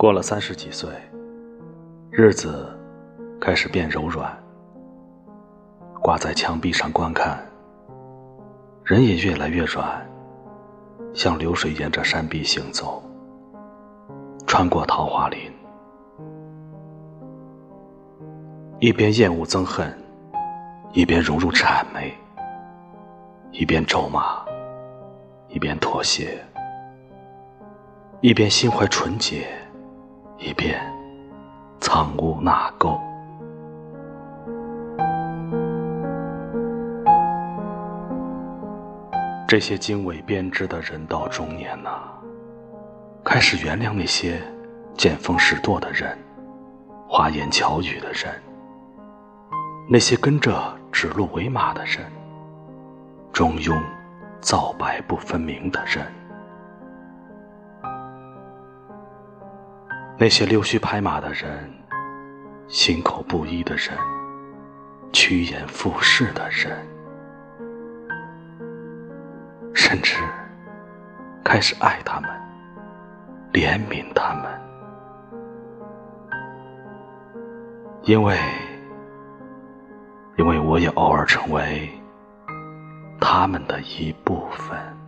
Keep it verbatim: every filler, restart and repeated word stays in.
过了三十几岁，日子开始变柔软，挂在墙壁上观看，人也越来越软，像流水沿着山壁行走，穿过桃花林，一边厌恶憎恨，一边融入谄媚，一边咒骂，一边妥协，一边心怀纯洁，一边藏污纳垢。这些经纬编织的人到中年呐、啊，开始原谅那些见风使舵的人，花言巧语的人，那些跟着指鹿为马的人，中庸皂白不分明的人，那些溜须拍马的人，心口不一的人，趋炎附势的人，甚至开始爱他们，怜悯他们，因为因为我也偶尔成为他们的一部分。